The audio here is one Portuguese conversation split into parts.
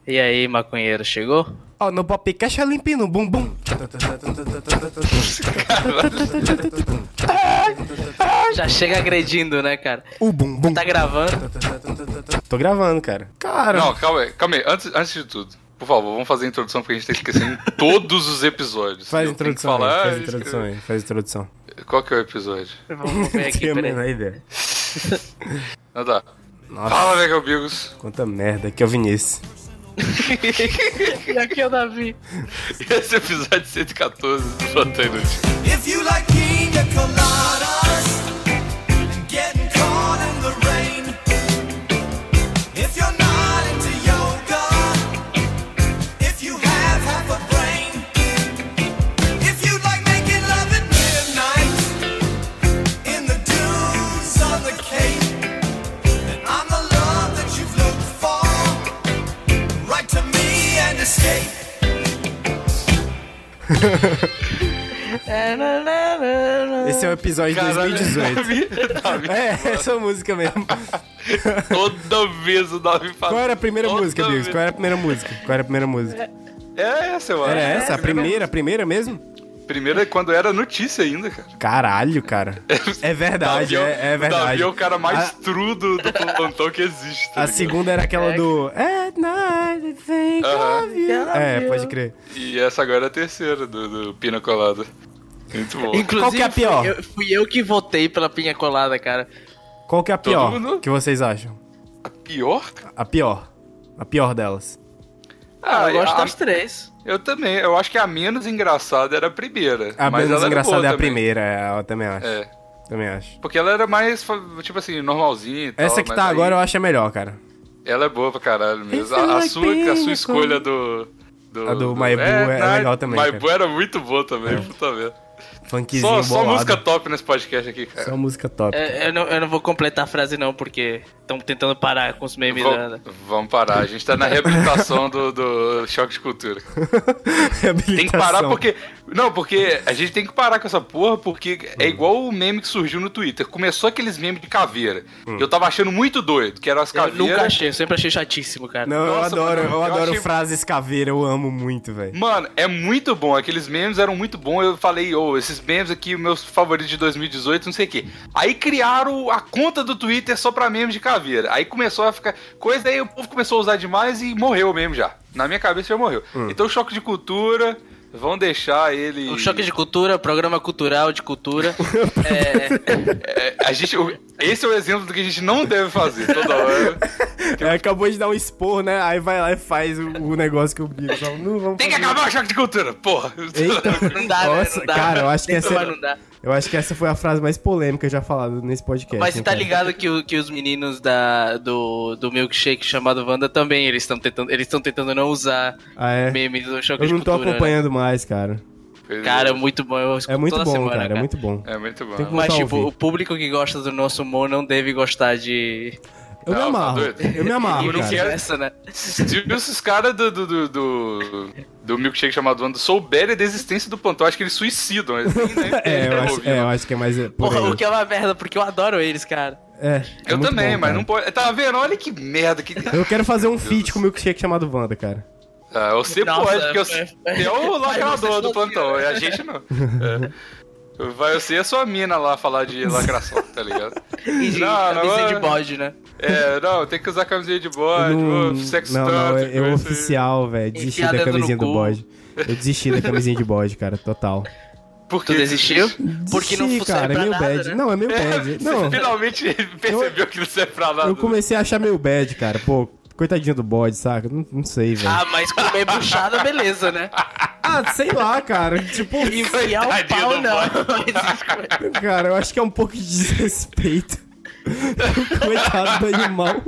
E aí, maconheiro, chegou? Ó, no Popcast é limpinho no bumbum. Já chega agredindo, né, cara? O bumbum. Tá gravando? Tô gravando, cara. Cara. Não, calma aí. Antes de tudo, por favor, vamos fazer a introdução porque a gente tem que esquecer em todos os episódios. Faz Eu tenho que introdução, falar, faz introdução. Qual que é o episódio? Vamos ver aqui, Tenho a peraí. menor ideia. Ah, tá. Nossa, Fala, Mega Bigos. quanta merda. Aqui é o Vinícius. E aqui é o Davi. Esse é o episódio 114 do Plantão Inútil. If you like pina coladas and getting caught in the rain, if you're not into yoga, if you have half a brain, if you like making love at midnight in the dunes on the Cape, then I'm the love that you've looked for. Write to me and escape. Esse é o episódio de 2018. Davi, É, essa música mesmo. toda vez o Davi fala. Qual era a primeira Toda música, Bigos? vez. Qual era a primeira música? É essa, eu acho. Era essa? A primeira mesmo? Primeira é quando era notícia ainda, cara. Caralho, cara. É verdade, é O verdade. Davi é o cara mais A- true do plantão que existe. tá A ligado? segunda era aquela do At night I think Aham. of you. É, pode crer. E essa agora é a terceira do Pina Colada. Muito bom. Inclusive, Qual que é a pior? Fui eu que votei pela pinha colada, cara. Qual que é a pior mundo? que vocês acham? A pior, cara? A pior. A pior delas. Eu gosto das três. Eu também. Eu acho que a menos engraçada era a primeira. A mas menos ela era engraçada boa é a também. primeira, eu também acho. É. Também acho. Porque ela era mais, tipo assim, normalzinha e tal. Essa que mas tá aí agora eu acho a melhor, cara. Ela é boa pra caralho mesmo. If you like A pina sua escolha do... A do Maibu é legal também, Maibu era muito boa também, puta merda. Funkzinho Só bolado. música top nesse podcast aqui, cara. Só música top. Eu não vou completar a frase não, porque estão tentando parar com os memes da... Vamos parar, a gente tá na reabilitação do choque de cultura. Tem que parar porque... Não, porque a gente tem que parar com essa porra, porque é igual o meme que surgiu no Twitter. Começou aqueles memes de caveira. Eu tava achando muito doido, que eram as Eu caveiras... nunca achei, eu sempre achei chatíssimo, cara. Não, Nossa, eu adoro, mano, eu eu adoro achei- frases caveira, eu amo muito, velho. Mano, é muito bom. Aqueles memes eram muito bons. Eu falei, esses memes aqui, meus favoritos de 2018, não sei o quê. Aí criaram a conta do Twitter só pra memes de caveira. Aí começou a ficar coisa, aí o povo começou a usar demais e morreu mesmo já. Na minha cabeça já morreu. Então o choque de cultura, vão deixar ele... O choque de cultura, programa cultural de cultura. Esse é o exemplo do que a gente não deve fazer toda hora. Acabou de dar um expor, né? Aí vai lá e faz o negócio que eu digo. Não vamos Tem que fazer. acabar o choque de cultura, porra. Eita. Não dá, Nossa, né? Não dá. cara, eu acho que Tenta, essa mas não dá. Eu acho que essa foi a frase mais polêmica já falada nesse podcast. Mas você hein, tá cara? ligado que os meninos do milkshake chamado Wanda também, eles estão tentando não usar Ah, é? memes do choque Eu de não tô cultura. acompanhando mais, cara. Né? Cara, muito bom. Eu escuto É muito toda bom, semana, cara. É muito bom. É muito bom. Tem que Mas, voltar a tipo, ouvir. o público que gosta do nosso humor não deve gostar de... Eu me Não, tá amarro. doido? Eu me amarro, Eu não cara. quero- Essa, né? Se esses caras do milkshake chamado Wanda souberem da existência do plantão, acho que eles suicidam. Eles nem Eu acho que é mais por Porra, aí. o que é uma merda, porque eu adoro eles, cara. É Eu muito também, bom, mas cara. não pode. Tá vendo? Olha que merda. Que... Eu quero fazer um feat Deus. com o milkshake chamado Wanda, cara. Ah, você Nossa, pode, porque é o Mas lacrador você do plantão, sozinho, e a gente não. Vai você e a sua mina lá falar de lacração, tá ligado? E de Não, camisinha não, de bode, né? Não, tem que usar camisinha de bode, sexo não, tântrico, eu isso aí. oficial, velho. Desisti Enfiar da dentro camisinha no do cu. bode. Eu desisti da camisinha de bode, cara, total. Por Tu quê? desistiu? Porque não Desisti, funciona cara, é pra meio nada, bad. né? Não, é meio bad. Não, Você finalmente percebeu que não serve pra nada. eu comecei a achar meio bad, cara. Pô, coitadinho do bode, saca? Não sei, velho. Ah, mas comer buchada, beleza, né? Ah, sei lá, cara. Tipo, Enfiar o Coitadinho pau, do não. bode. Mas cara, eu acho que é um pouco de desrespeito. Coitado do animal.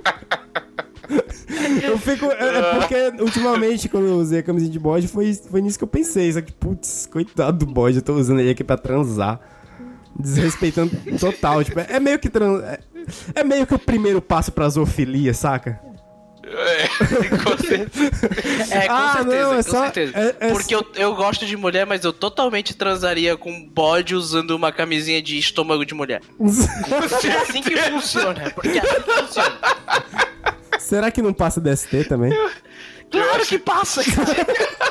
Eu fico. É porque ultimamente, quando eu usei a camisinha de bode, foi nisso que eu pensei. Só que, putz, coitado do bode, eu tô usando ele aqui pra transar. Desrespeitando total. Tipo, é meio que é meio que o primeiro passo pra zoofilia, saca? Com certeza. com Ah, certeza, não, é com só- certeza. é Porque eu gosto de mulher, mas eu totalmente transaria com bode usando uma camisinha de estômago de mulher. É assim que funciona, porque é assim que funciona. Será que não passa DST também? Claro que passa, cara.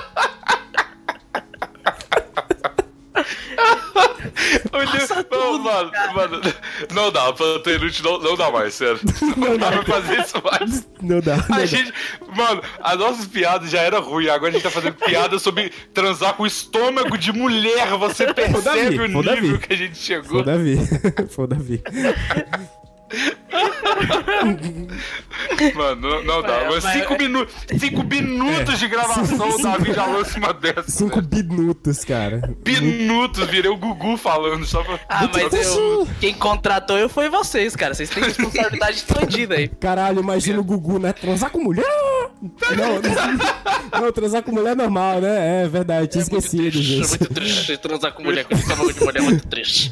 Passa tudo, mano, não dá, Plantão Inútil não dá mais, sério. Não dá pra fazer isso mais. Não dá. Mano, as nossas piadas já eram ruins, agora a gente tá fazendo piada sobre transar com o estômago de mulher. Você percebe o nível que a gente chegou. Foi o Davi. Mano, não dá. Mas 5 minutos de gravação, o Davi já lança uma dessas. 5 minutos, cara. Minutos, virei o Gugu falando só pra... mas quem contratou eu foi vocês, cara. Vocês têm responsabilidade expandida aí. Caralho, imagina o Gugu, né? Transar com mulher? Não, transar com mulher é normal, né? É verdade, tinha esquecido, gente. É muito triste transar com mulher, com estômago de mulher é muito triste.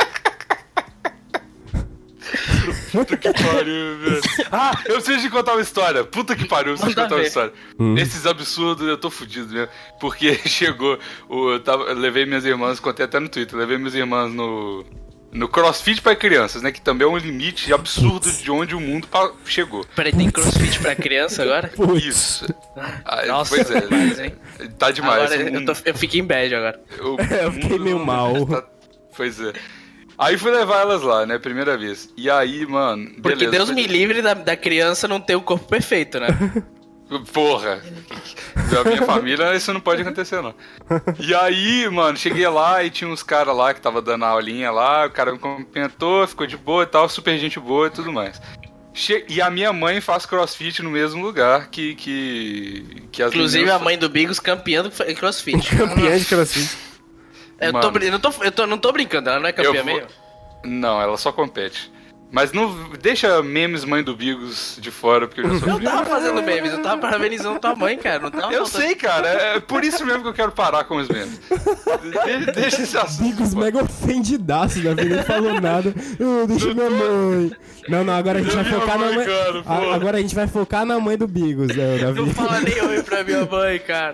Puta que pariu, velho. Eu preciso de contar uma história. Puta que pariu, eu preciso de contar uma história. Esses absurdos, eu tô fudido mesmo. Porque chegou, eu levei minhas irmãs, contei até no Twitter, levei minhas irmãs no CrossFit pra crianças, né? Que também é um limite absurdo de onde o mundo chegou. Peraí, tem CrossFit pra criança agora? Isso. Nossa, pois é. demais, hein? Tá demais. Agora eu fiquei em bad agora. Eu fiquei meio mal. Pois é. Aí fui levar elas lá, né? Primeira vez. E aí, mano... Porque beleza, Deus me livre da criança não ter o corpo perfeito, né? Porra. Da minha família, isso não pode acontecer, não. E aí, mano, cheguei lá e tinha uns caras lá que tava dando a aulinha lá. O cara me cumprimentou, ficou de boa e tal. Super gente boa e tudo mais. E a minha mãe faz CrossFit no mesmo lugar que as Inclusive meninas... a mãe do Bigos campeã do CrossFit. Campeã de CrossFit. Eu não tô brincando, ela não é campeã mesmo? Não, ela só compete. Mas não deixa memes mãe do Bigos de fora, porque eu já sou... Eu tava fazendo memes, eu tava parabenizando tua mãe, cara. Não tava Eu sei, cara, é por isso mesmo que eu quero parar com os memes. Deixa esse assunto. Bigos mega ofendidaço, Davi, nem falou nada. Deixa minha mãe. Não, agora a gente vai focar na mãe. Cara, agora a gente vai focar na mãe do Bigos, Davi. Não fala nem oi pra minha mãe, cara.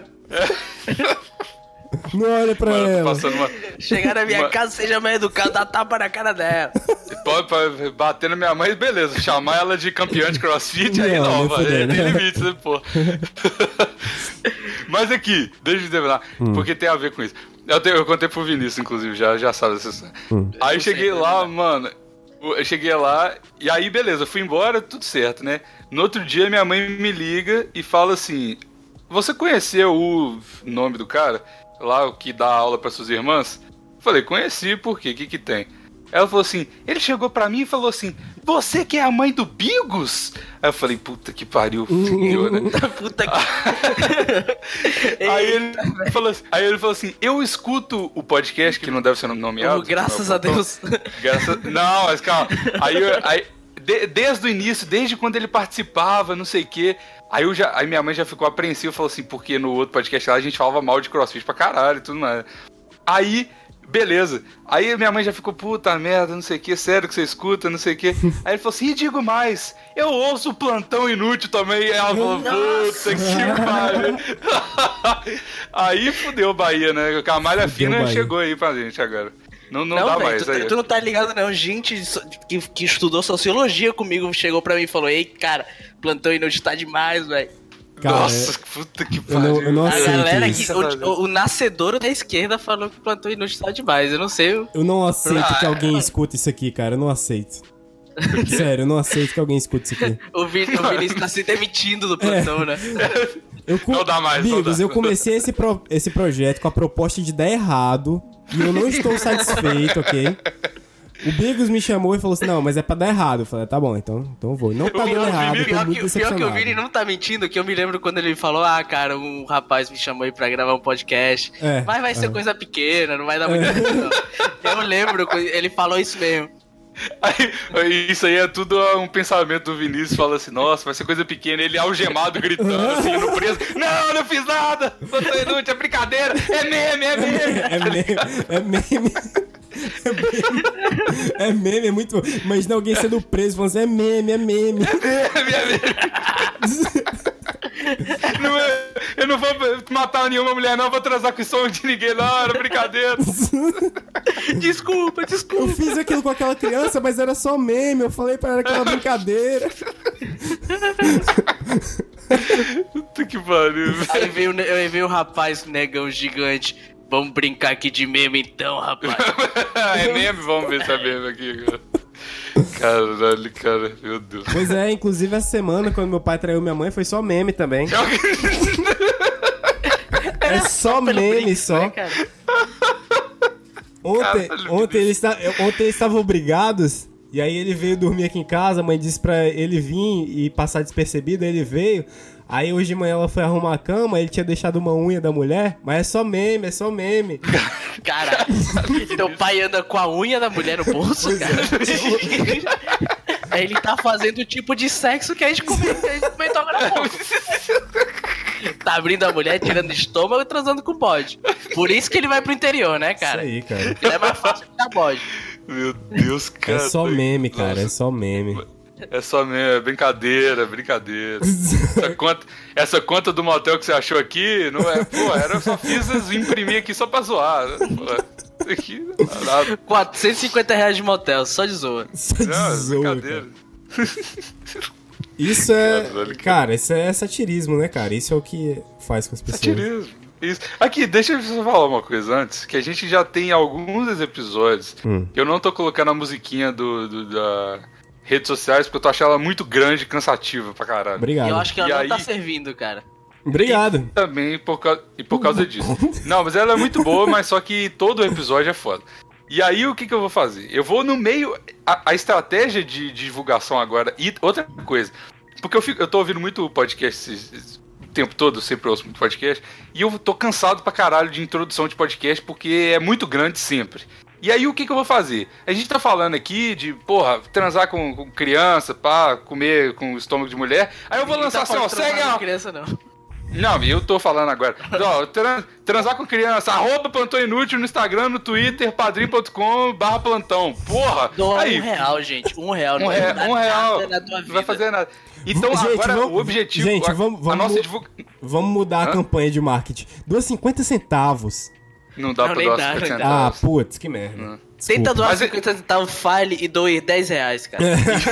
Não olha pra ela. Chegar na minha casa, seja mais educado, dá tapa na cara dela. Pode bater na minha mãe, beleza. Chamar ela de campeã de CrossFit, aí não, tem limites, né, pô. Mas aqui, deixa eu terminar, porque tem a ver com isso. Eu contei pro Vinícius, inclusive, já sabe essa história. Aí cheguei lá, mano. Eu cheguei lá, e aí beleza, fui embora, tudo certo, né? No outro dia, minha mãe me liga e fala assim: você conheceu o nome do cara? Lá, o que dá aula para suas irmãs? Falei, conheci, por quê? O que tem? Ela falou assim, ele chegou pra mim e falou assim, você que é a mãe do Bigos? Aí eu falei, puta que pariu, fudeu, né? Puta que... aí ele falou assim, eu escuto o podcast, que não deve ser nomeado. Graças a Deus. Não, mas calma. Desde o início, desde quando ele participava, não sei o quê. Aí minha mãe já ficou apreensiva e falou assim, porque no outro podcast lá a gente falava mal de CrossFit pra caralho e tudo mais. Aí, beleza. Aí minha mãe já ficou, puta merda, não sei o que, sério que você escuta, não sei o que. Aí ele falou assim, e digo mais, eu ouço o Plantão Inútil também. E ela falou, puta que pariu. Aí fudeu Bahia, né? A malha fina chegou aí pra gente agora. Não dá véio, mais. Tu não tá ligado, não. Gente que estudou sociologia comigo chegou pra mim e falou, ei, cara, Plantão Inútil tá demais, velho. Nossa, puta que pariu. Eu não aceito a galera isso. o nascedouro da esquerda falou que o Plantão Inútil tá demais. Eu não sei. Eu não aceito que alguém escute isso aqui, cara. Eu não aceito. Sério, eu não aceito que alguém escute isso aqui. O Vinícius tá se demitindo do Plantão, né? Não dá mais, Bigos, eu comecei esse projeto com a proposta de dar errado e eu não estou satisfeito, ok? O Bigos me chamou e falou assim, não, mas é pra dar errado. Eu falei, tá bom, então eu vou. Não tá dando errado, eu tô muito decepcionado. Pior que o Vini não tá mentindo, que eu me lembro quando ele falou, cara, um rapaz me chamou aí pra gravar um podcast, mas vai ser coisa pequena, não vai dar muito não. Eu lembro, ele falou isso mesmo. Isso aí é tudo um pensamento do Vinícius, fala assim, nossa, vai ser coisa pequena, ele algemado, gritando assim, no preso, não fiz nada, Plantão Inútil, é brincadeira, é meme. É meme. É meme, é muito... Imagina alguém sendo preso falando assim, é meme. Eu não vou matar nenhuma mulher, não vou transar com o som de ninguém, não, era brincadeira. Desculpa. Eu fiz aquilo com aquela criança, mas era só meme, eu falei pra ela que era brincadeira. Puta que pariu. Aí veio o rapaz, negão gigante. Vamos brincar aqui de meme então, rapaz. É meme? Vamos ver se é meme aqui, cara. Caralho, cara, meu Deus. Pois é, inclusive essa semana, quando meu pai traiu minha mãe, foi só meme também. É só meme, brinco, só. né, cara? Ontem eles estavam brigados, e aí ele veio dormir aqui em casa, a mãe disse pra ele vir e passar despercebido, aí ele veio. Aí hoje de manhã ela foi arrumar a cama, ele tinha deixado uma unha da mulher, mas é só meme, é só meme. Caralho, teu pai anda com a unha da mulher no bolso, cara. Aí ele tá fazendo o tipo de sexo que a gente comentou agora há pouco. Tá abrindo a mulher, tirando o estômago e transando com bode. Por isso que ele vai pro interior, né, cara? Isso aí, cara. Porque é mais fácil ficar bode. Meu Deus, cara. É só meme, cara, é só meme. É só mesmo, é brincadeira. Essa conta do motel que você achou aqui, não é, pô, eu só fiz imprimir aqui só pra zoar, né? Pô, aqui não é nada. R$450 de motel, só de zoa. Só de Não, é zoa, brincadeira. cara. Isso é... Caralho, Cara, isso é satirismo, né, cara? Isso é o que faz com as pessoas. Satirismo. Isso. Aqui, deixa eu só falar uma coisa antes, que a gente já tem alguns episódios que eu não tô colocando a musiquinha da redes sociais, porque eu tô achando ela muito grande e cansativa pra caralho. Obrigado. E eu acho que ela E não aí- tá servindo, cara. Obrigado. Também por causa disso. Não, mas ela é muito boa, mas só que todo episódio é foda. E aí o que eu vou fazer? Eu vou no meio... A estratégia de divulgação agora... E outra coisa... Porque eu tô ouvindo muito podcast o tempo todo, eu sempre ouço muito podcast, e eu tô cansado pra caralho de introdução de podcast, porque é muito grande sempre. E aí o que eu vou fazer? A gente tá falando aqui de, porra, transar com criança, pá, comer com estômago de mulher, aí eu vou lançar assim, ó, segue a... criança, não. Não, eu tô falando agora. Ó, transar com criança, @plantão inútil no Instagram, no Twitter, padrim.com/plantão. Porra! Doa aí, R$1, gente. R$1. um real, na tua não vida. vai fazer nada. Então Gente, agora o objetivo, gente, a vamos nossa divulgação... Vamos mudar a Hã? campanha de marketing. Doa 50 centavos. Não dá Não, pra nem doar dá, 50 nem dá. Ah, centavos. putz, que merda. Tenta doar Mas 50 centavos, fale e doe R$10, cara.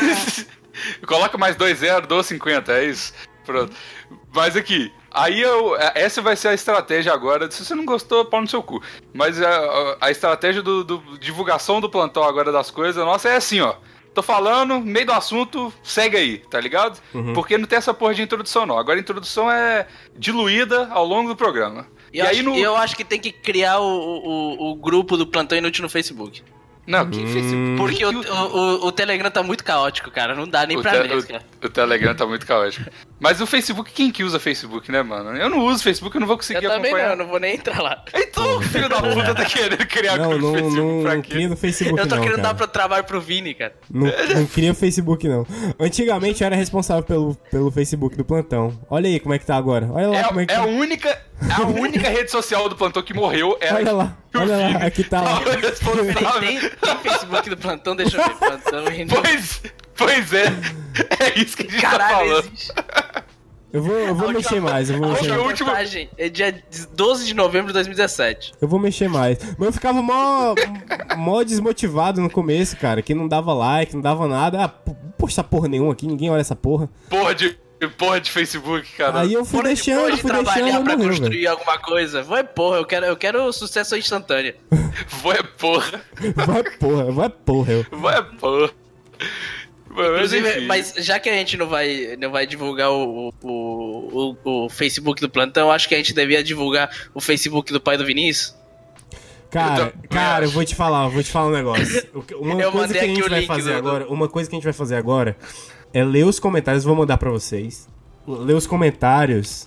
Coloca mais 2 zeros, dou 50, é isso. Pronto. Mas aqui, aí essa vai ser a estratégia agora. Se você não gostou, pau no seu cu. Mas a estratégia do divulgação do plantão agora das coisas, nossa, é assim, ó. Tô falando, meio do assunto, segue aí, tá ligado? Porque não tem essa porra de introdução, não. Agora a introdução é diluída ao longo do programa. Eu acho que tem que criar o grupo do Plantão Inútil no Facebook. Não, que Facebook? Porque o Telegram tá muito caótico, cara. Não dá nem pra ler, cara. O Telegram tá muito caótico. Mas o Facebook, quem que usa Facebook, né, mano? Eu não uso Facebook, eu não vou conseguir Eu também acompanhar. não vou nem entrar lá. Então, filho da puta tá querendo criar Não, grupo no Facebook pra não quê? cria no Facebook Eu tô não, querendo cara. dar pro trabalho pro Vini, cara. Não cria o Facebook, não. Antigamente eu era responsável pelo Facebook do plantão. Olha aí como é que tá agora. Olha lá como é que É tá. a única rede social do plantão que morreu. Era Olha lá, olha lá, aqui tá. o responsável. Tem Facebook do Plantão? Deixa eu ver. Plantão Inútil. Pois é. É isso que a gente tá Caralho, falando. existe. Eu vou mexer mais, eu vou A mexer última mais. último- postagem é dia 12 de novembro de 2017. Eu vou mexer mais. Mas eu ficava mó desmotivado no começo, cara. Que não dava like, não dava nada. Ah, posta porra nenhuma aqui, ninguém olha essa porra. Porra de Facebook, cara. Aí eu fui Fora deixando de e trabalhar morreu, pra velho. construir alguma coisa. Vai, porra, eu quero sucesso instantâneo. Vai porra. Vai porra. Vai porra. Inclusive, enfim. mas já que a gente não vai divulgar o Facebook do Plantão, acho que a gente devia divulgar o Facebook do pai do Vinícius. Cara, eu vou te falar um negócio. Uma coisa que a gente vai fazer agora, uma coisa que a gente vai fazer agora é ler os comentários, vou mandar pra vocês. Ler os comentários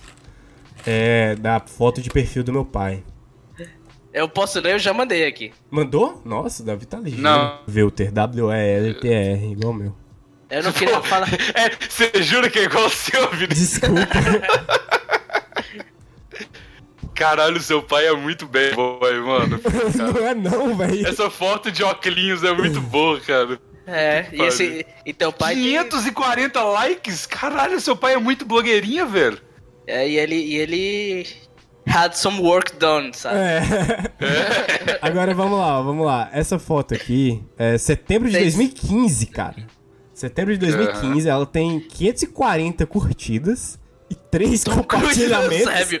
da foto de perfil do meu pai. Eu posso ler, eu já mandei aqui. Mandou? Nossa, Davi tá ligeiro. Não. Welter, W-E-L-T-R, igual o meu. Eu não queria falar. Você jura que é igual o seu, Vinícius? Desculpa. Caralho, seu pai é muito bem boy, mano. Não é não, velho. Essa foto de óculos é muito boa, cara. E teu pai. 540 likes? Caralho, seu pai é muito blogueirinha, velho. E ele had some work done, sabe? Agora vamos lá. Essa foto aqui é setembro de 2015, cara. Setembro de 2015, ela tem 540 curtidas E 3 compartilhamentos? Sério.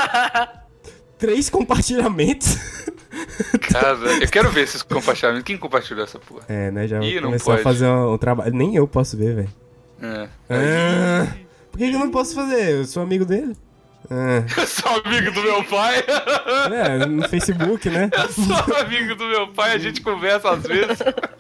3 compartilhamentos? Cara, eu quero ver esses compartilhamentos. Quem compartilhou essa porra? É, né? Já Ih, não começou a pode. fazer um trabalho. Nem eu posso ver, velho. É. Por que eu não posso fazer? Eu sou amigo dele. Eu sou amigo do meu pai. No Facebook, né? Eu sou amigo do meu pai, a gente conversa às vezes.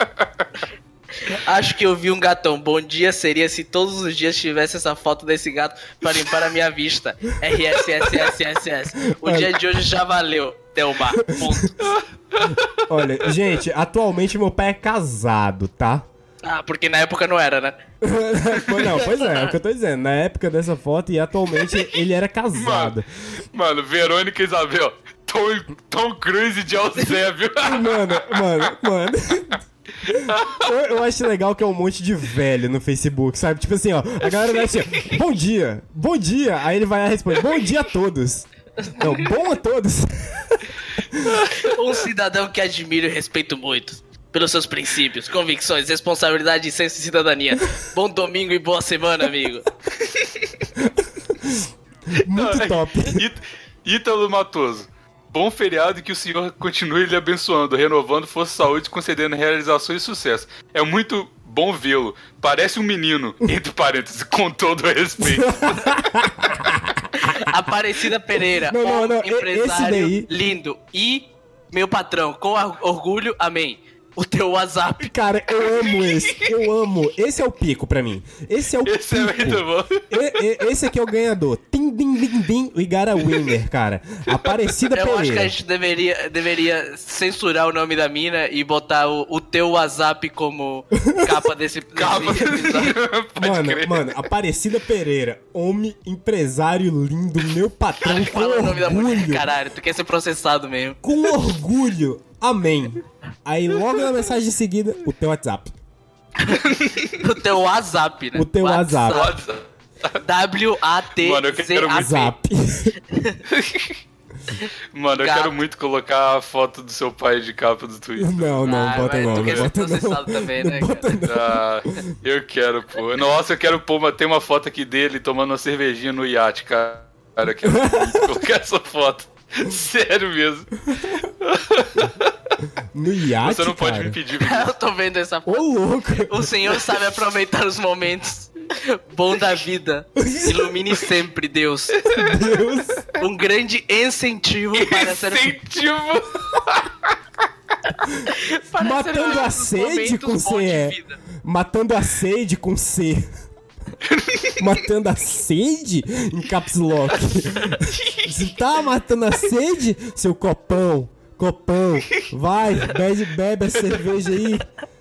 Acho que eu vi um gatão. Bom dia seria se todos os dias tivesse essa foto desse gato pra limpar a minha vista. RSSSSS. O dia de hoje já valeu. Delmar. Ponto. Olha, gente, atualmente meu pai é casado, tá? Ah, porque na época não era, né? Pois é o que eu tô dizendo. Na época dessa foto e atualmente ele era casado. Mano, Verônica e Isabel. Tom Cruise de Eusébio. Mano. Eu acho legal que é um monte de velho no Facebook, sabe? Tipo assim, ó, a galera vai assim, bom dia. Aí ele vai lá e responde, bom dia a todos. Não, bom a todos. Um cidadão que admiro e respeito muito. Pelos seus princípios, convicções, responsabilidade e senso de cidadania. Bom domingo e boa semana, amigo. Muito top. Ítalo Matoso. Bom feriado e que o senhor continue lhe abençoando, renovando força, saúde, concedendo realizações e sucesso. É muito bom vê-lo. Parece um menino, entre parênteses, com todo o respeito. Aparecida Pereira, Não, empresário esse daí... lindo. E meu patrão, com orgulho, amém. O teu WhatsApp. Cara, eu amo esse. Eu amo. Esse é o pico pra mim. Esse é o Esse pico. é muito bom. Esse aqui é o ganhador. Tim, dim, dim, dim. We got a winner, cara. Aparecida Eu Pereira. acho que a gente deveria censurar o nome da mina e botar o teu WhatsApp como capa desse episódio. Mano, Aparecida Pereira. Homem, empresário lindo, meu patrão, com Fala o nome da mulher, orgulho. caralho. Tu quer ser processado mesmo. Com orgulho. Amém. Aí logo na mensagem de seguida, o teu WhatsApp. O teu WhatsApp, né? O teu WhatsApp. W-A-T-Z-A-P. Mano, eu quero muito- Zap. Mano, eu Gato. quero muito colocar a foto do seu pai de capa do Twitter. Não, bota mas não. tu Não quer ser bota não. processado também, né, Não bota não. Ah, eu quero, pô. Nossa, eu quero pôr. Tem uma foto aqui dele tomando uma cervejinha no iate, cara. Eu quero muito colocar essa foto. Sério mesmo. No iate, Você não pode cara. me pedir. Eu tô vendo essa Ô, foto. louco. O senhor sabe aproveitar os momentos bom da vida. Ilumine sempre, Deus. Deus. Um grande incentivo para ser Incentivo. Matando a sede com C. Matando a sede com C. Matando a sede em caps lock. Você tá matando a sede, seu copão. Vai, bebe a cerveja aí.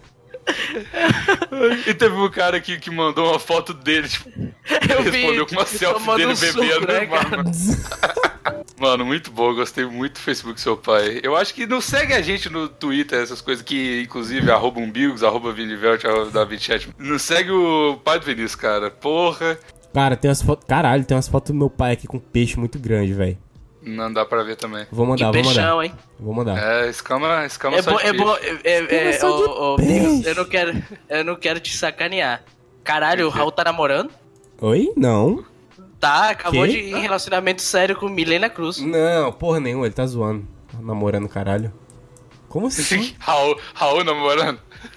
E teve um cara aqui que mandou uma foto dele, tipo, Eu vi, respondeu com uma selfie tomando dele um suco, bebendo. né, cara? Mano, muito bom, eu gostei muito do Facebook do seu pai. Eu acho que não segue a gente no Twitter, essas coisas que, inclusive, @umbigos, @vinivelt, @davidchat. Não segue o pai do Vinícius, cara. Porra. Cara, tem umas fotos. Caralho, tem umas fotos do meu pai aqui com um peixe muito grande, velho. Não dá pra ver também. Vou mandar, Que vou mandar. peixão, hein? Vou mandar. É, escama É só bom, de é peixe. bom. só de Amigos, peixe. eu não quero te sacanear. Caralho, o Raul tá namorando? Oi? Não. Tá, acabou Quê? de ir em relacionamento sério com Milena Cruz. Não, porra nenhuma, ele tá zoando. Tá namorando, caralho. Como assim? Raul namorando.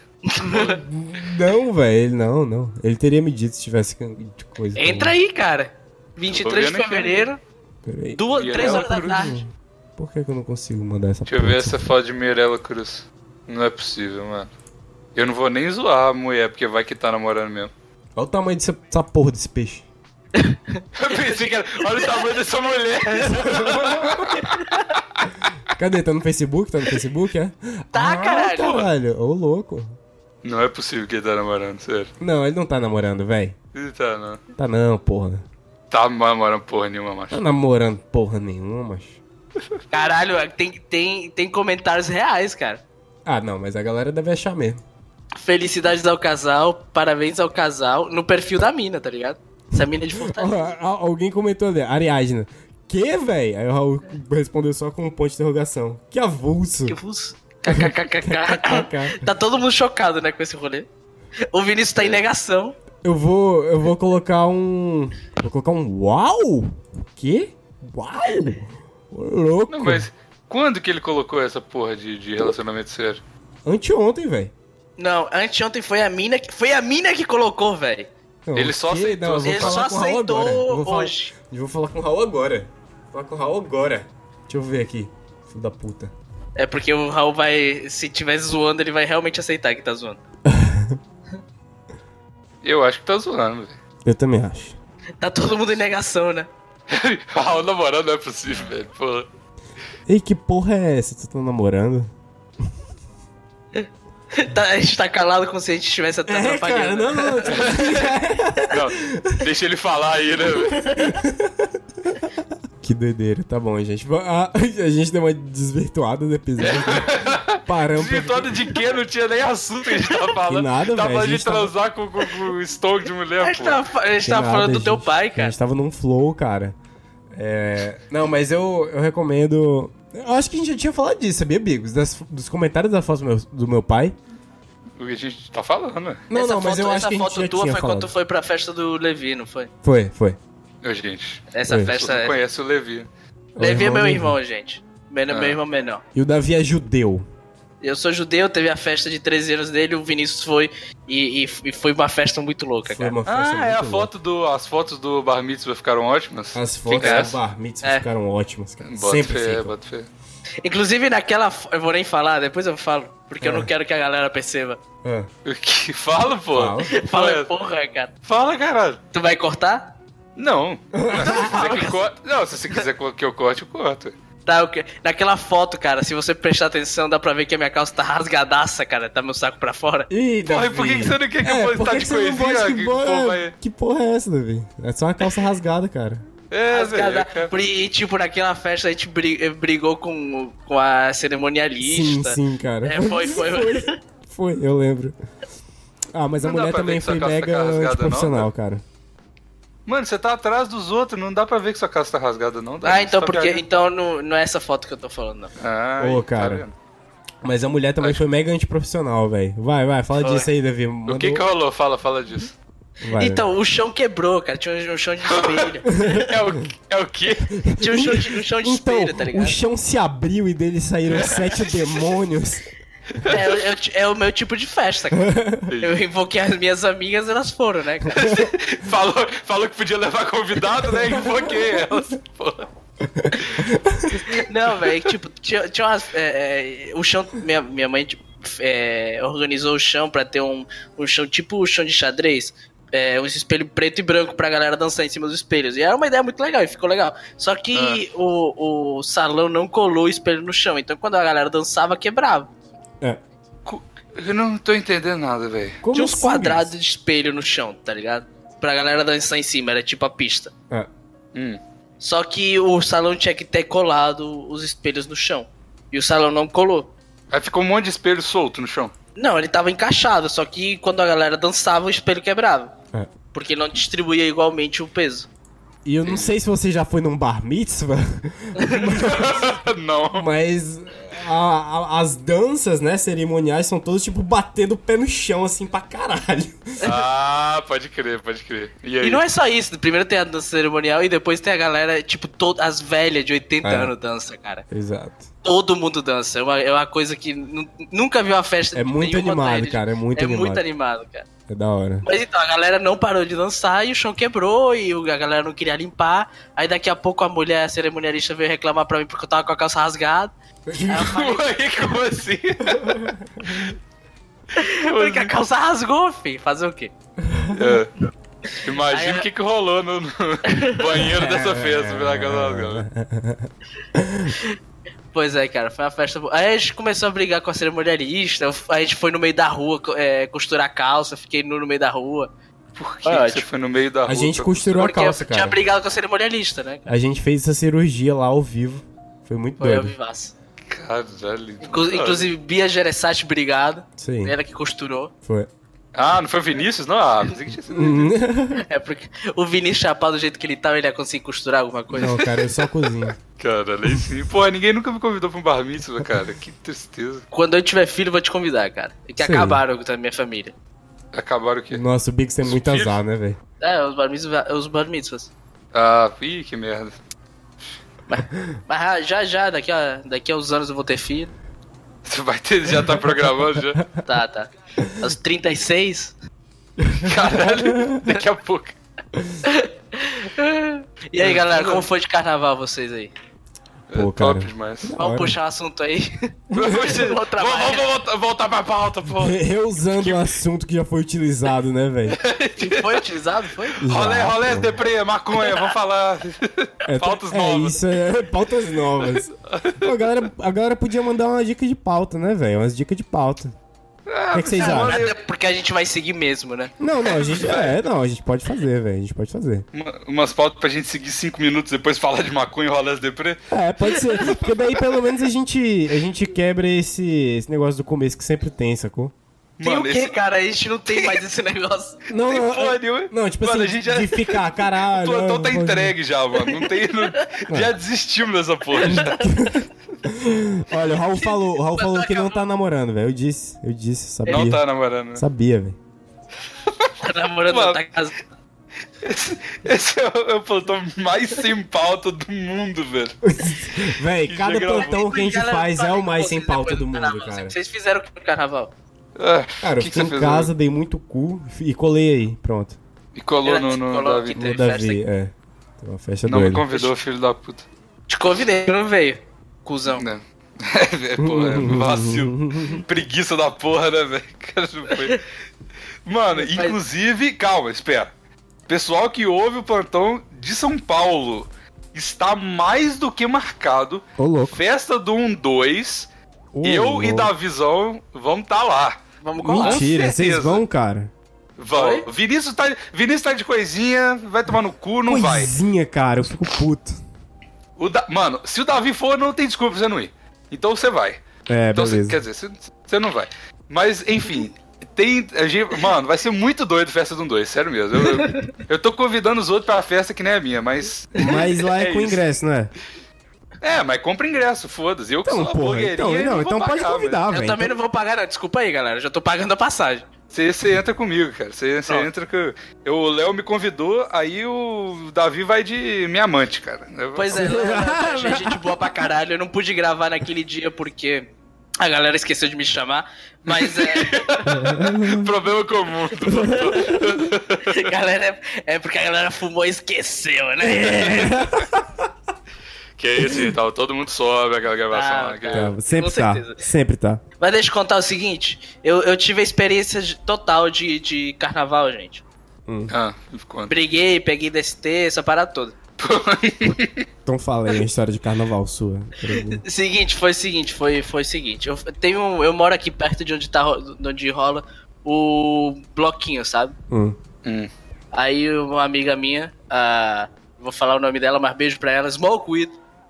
Não, velho, não. Ele teria me dito se tivesse de coisa. Entra aí, cara. 23 de vendo aqui. fevereiro, Peraí. 3 horas da Cruz. tarde. Por que eu não consigo mandar essa Deixa eu ver porra? essa foto de Mirella Cruz. Não é possível, mano. Eu não vou nem zoar a mulher, porque vai que tá namorando mesmo. Olha o tamanho dessa porra desse peixe. Eu pensei que era. Olha o tamanho dessa mulher. Cadê? Tá no Facebook? É? Tá, caralho. Caralho, ô louco. Não é possível que ele tá namorando, sério. Não, ele não tá namorando, velho. Ele tá, não. Tá não, porra. Tá namorando porra nenhuma, macho. Tá namorando porra nenhuma, macho. Caralho, tem comentários reais, cara. Ah, não, mas a galera deve achar mesmo. Felicidades ao casal, parabéns ao casal, no perfil da mina, tá ligado? Essa mina é de Fortaleza. Alguém comentou ali, Ariadna. Que, véi? Aí o Raul respondeu só com um ponto de interrogação. Que avulso. Que fuso. KKKKK. Tá todo mundo chocado, né, com esse rolê. O Vinícius tá em negação. Eu vou colocar um... Vou colocar um uau? O quê? Uau? Ô, louco. Não, mas quando que ele colocou essa porra de relacionamento sério? Anteontem, velho. Não, anteontem foi a mina que colocou, velho. Ele só aceitou. Não, eu vou Ele falar só com o Raul aceitou agora. hoje. Eu vou falar com o Raul agora. Vou falar com o Raul agora. Deixa eu ver aqui. Filho da puta. É porque o Raul vai, se tiver zoando, ele vai realmente aceitar que tá zoando. Eu acho que tá zoando, velho. Eu também acho. Tá todo mundo em negação, né? Ah, o namorado não é possível, velho. Porra. Ei, que porra é essa? Tu tá namorando? A gente tá calado como se a gente estivesse atrapalhando. não. Não, deixa ele falar aí, né, velho? Que doideira. Tá bom, gente. A gente deu uma desvirtuada no episódio. Paramos. Desvirtuada de quê? Não tinha nem assunto que a gente tava falando. Que nada, tava velho, a falando de gente tava- transar com o estômago de A mulher, gente pô. tava, Tem falando do nada, teu gente. pai, A cara. gente tava num flow, cara. Não, mas eu recomendo... Eu acho que a gente já tinha falado disso, sabia, Bigos? Dos comentários da foto do meu pai. O que a gente tá falando, né? Não, mas eu acho essa que a gente foto já tua tinha foi falado. quando tu foi pra festa do Levi, não foi? Foi. Ô, gente, Essa Oi. você festa não é... conhece o Levi. Levi é irmão meu do irmão, gente. Meu Ah. irmão menor. E o Davi é judeu. Eu sou judeu, teve a festa de 13 anos dele, o Vinícius foi, e foi uma festa muito louca, Foi cara. uma festa Ah, é a muito foto as fotos do Bar Mitzvah ficaram ótimas. As fotos Fica do essa. Bar Mitzvah É. ficaram ótimas, cara. Bota Sempre fé, ficam. bota fé. Inclusive naquela... Eu vou nem falar, depois eu falo, porque eu não quero que a galera perceba. Ah, O que? Fala, pô. Fala. Fala, porra, cara. Fala, caralho. Tu vai cortar? Não. Se você quiser que eu corte, eu corto. Tá, naquela foto, cara, se você prestar atenção, dá pra ver que a minha calça tá rasgadaça, cara. Tá meu saco pra fora. Ih, Porra, e Davi. por que você não quer que eu por poste que de você não coisinha? gosta Que que porra porra, vai- que porra é essa, Davi? É só uma calça rasgada, cara. É, Rasgada. velho. cara. E, tipo, naquela festa a gente brigou com a cerimonialista. Sim, cara. Foi. Foi, eu lembro. Ah, mas a Não dá mulher pra também ver que sua foi calça tá mega rasgada, antiprofissional, não, cara. Mano, você tá atrás dos outros, não dá pra ver que sua calça tá rasgada, não. Dá Ah, então Você tá porque. viajando. Então não é essa foto que eu tô falando, não. Ah, Ô, aí, cara. tá vendo? Mas a mulher também foi mega antiprofissional, velho. Vai, fala Foi. disso aí, Davi. O que rolou? Fala disso. Vai, Então, o chão quebrou, cara. Tinha um chão de espelho. É o quê? Tinha um chão de Então, espelho, tá ligado? o chão se abriu e dele saíram 7 demônios. É o meu tipo de festa, cara. Eu invoquei as minhas amigas, elas foram, né, cara? Falou que podia levar convidado, né? Invoquei elas. Porra. Não, velho, tipo, tinha umas. O chão. Minha mãe tipo, organizou o chão pra ter um chão tipo o chão de xadrez. Um espelho preto e branco pra galera dançar em cima dos espelhos. E era uma ideia muito legal, e ficou legal. Só que o salão não colou o espelho no chão. Então quando a galera dançava, quebrava. É. Eu não tô entendendo nada, velho. Como Tinha uns assim, quadrados de espelho no chão, tá ligado? Pra galera dançar em cima, era tipo a pista. É. Só que o salão tinha que ter colado os espelhos no chão. E o salão não colou. Aí ficou um monte de espelho solto no chão. Não, ele tava encaixado, só que quando a galera dançava, o espelho quebrava. É. Porque não distribuía igualmente o peso. E eu não sei se você já foi num bar mitzvah, Não. mas as danças, né, cerimoniais são todas, tipo, batendo o pé no chão, assim, pra caralho. Ah, pode crer. E aí? E não é só isso, primeiro tem a dança cerimonial e depois tem a galera, tipo, as velhas de 80 anos dançam, cara. Exato. Todo mundo dança, é uma coisa que nunca vi uma festa É muito nenhuma animado, deles. cara, é muito animado. muito animado, cara. É da hora. Mas então, a galera não parou de dançar e o chão quebrou e a galera não queria limpar. Aí daqui a pouco a mulher, a cerimonialista, veio reclamar pra mim porque eu tava com a calça rasgada. Aí eu falei, Ué, como assim? porque a calça rasgou, filho. Fazer o quê? Imagina Aí- o que rolou no banheiro dessa festa pela casa. Pois é, cara, foi uma festa boa. Aí a gente começou a brigar com a cerimonialista, a gente foi no meio da rua costurar a calça, fiquei no meio da rua. Por que Foi você ótimo. foi no meio da rua? A gente pra costurou a Porque calça, eu tinha cara. brigado com a cerimonialista, né? Cara? A gente fez essa cirurgia lá ao vivo. Foi muito Foi ao doido. vivaço. Caralho. Inclusive, Bia Gereissati, obrigado. Sim, Ela que costurou. foi. Ah, não foi o Vinícius? Não, pensei que tinha sido. É porque o Vinícius Chapado, do jeito que ele tava, ele ia conseguir costurar alguma coisa. Não, cara, eu só cozinho. Caralho, aí sim. Porra, ninguém nunca me convidou pra um bar mitzvah, cara. Que tristeza. Quando eu tiver filho, eu vou te convidar, cara. E que Sim. acabaram com a minha família. Acabaram o quê? Nossa, o Biggs tem muito Filhos? azar, né, velho? Os bar mitzvahs. Ah, ih, que merda. Mas já, daqui a uns anos eu vou ter filho. Você vai ter, já tá programando já. Tá. Aos 36. Caralho, daqui a pouco. E aí, galera, como foi de carnaval vocês aí? Pô, Top cara. demais. Vamos hora. puxar o assunto aí. Vamos trabalhar. voltar pra pauta, pô. Reusando um assunto que já foi utilizado, né, velho? Foi utilizado? Foi? Rolê, deprê, maconha, vamos falar. Pautas novas. Isso, pautas novas. Pô, a galera podia mandar uma dica de pauta, né, velho? Umas dicas de pauta. O que, é que vocês acham? Até porque a gente vai seguir mesmo, né? Não, a gente pode fazer, velho. A gente pode fazer. Umas pautas pra gente seguir 5 minutos depois falar de maconha e rolês deprê. Pode ser. Porque daí pelo menos a gente quebra esse negócio do começo que sempre tem, sacou? Tem Mano, o quê, esse- cara? A gente não tem mais esse negócio. Não, Tem não, porra nenhuma. não, tipo Mano, assim, a gente já- de ficar, O caralho. plantão tá vou- entregue já, mano. Já desistimos dessa porra. Já. Olha, o Raul falou que não tá namorando, velho. Eu disse, sabia. Não tá namorando, né? Sabia, velho. Tá namorando, Mano. tá casado. Esse é o plantão mais sem pauta do mundo, velho. Véi, já cada gravou. plantão que a gente Galera, faz é falei o mais com sem vocês pauta depois do mundo, carnaval. cara. Vocês fizeram o que no carnaval? Cara, eu que fiquei você em fez, casa, dei muito cu e colei aí, pronto. E colou no Colou Davi. aqui. No Teve Davi, festa Tem uma festa Não me doida. convidou, filho da puta. Te convidei, não veio. Cusão. Né? Porra, vacilo. Preguiça da porra, né, velho? Cara, não foi. Mano, inclusive, calma, espera. Pessoal que ouve o plantão de São Paulo está mais do que marcado. Ô, louco. Festa do 1-2. Ô, Eu louco. e Davizão vamos estar lá. Vamos colar. Mentira, Com vocês certeza. vão, cara? Vamos. Vinícius tá de coisinha, vai tomar no cu, não vai. Coisinha, cara, eu fico puto. Mano, se o Davi for, não tem desculpa pra você não ir. Então você vai. Então, Beleza. quer dizer, você não vai. Mas, enfim, mano, vai ser muito doido a festa do 1-2, sério mesmo. Eu tô convidando os outros pra festa que nem a minha, mas. Mas lá é com isso. ingresso, não é? Mas compra ingresso, foda-se. Eu que Então, sou a porra, blogueirinha, então vou pode pagar, convidar, velho. Eu também não vou pagar, não. Desculpa aí, galera. Eu já tô pagando a passagem. Você entra comigo, cara. Você Pronto. entra com. O Léo me convidou, aí o Davi vai de minha amante, cara. Pois é, gente boa pra caralho. Eu não pude gravar naquele dia porque a galera esqueceu de me chamar. Mas Problema comum. galera, é porque a galera fumou e esqueceu, né? Que é isso, tava todo mundo sobe aquela gravação Ah, lá. que- cara. Sempre Com tá, certeza. sempre tá. Mas deixa eu contar o seguinte: eu tive a experiência total de carnaval, gente. Ah, conta. Briguei, peguei DST, essa parada toda. Então fala aí a história de carnaval sua. Foi o seguinte. Eu moro aqui perto de onde rola o bloquinho, sabe? Aí uma amiga minha, vou falar o nome dela, mas beijo pra ela, Smoke Weed.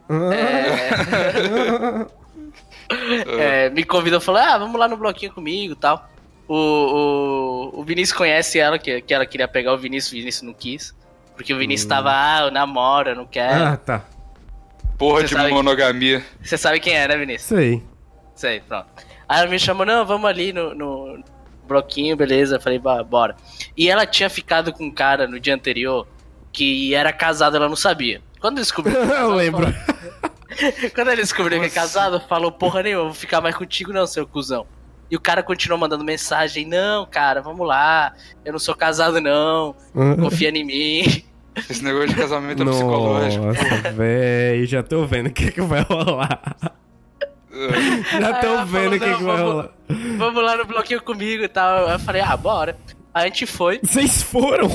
Me convidou, falou, vamos lá no bloquinho comigo e tal. O Vinícius conhece ela, que ela queria pegar o Vinícius não quis. Porque o Vinícius tava, eu namoro, eu não quero. Tá. Porra Você de sabe monogamia. Você sabe quem é, né, Vinícius? Isso aí. Sei, pronto. Aí ela me chamou, não, vamos ali no bloquinho, beleza. Eu falei, bora. E ela tinha ficado com um cara no dia anterior que era casado, ela não sabia. Quando descobriu que Eu lembro. Quando ele descobriu que é casado, falou, porra nenhuma, eu vou ficar mais contigo não, seu cuzão. E o cara continuou mandando mensagem, não, cara, vamos lá, eu não sou casado não, confia em mim. Esse negócio de casamento é psicológico. Nossa, velho, já tô vendo o que vai rolar. Já Aí tô ela vendo o falou, que "Não, vai rolar. Vamos lá no bloquinho comigo e tal. Eu falei, bora. A gente foi. Vocês foram?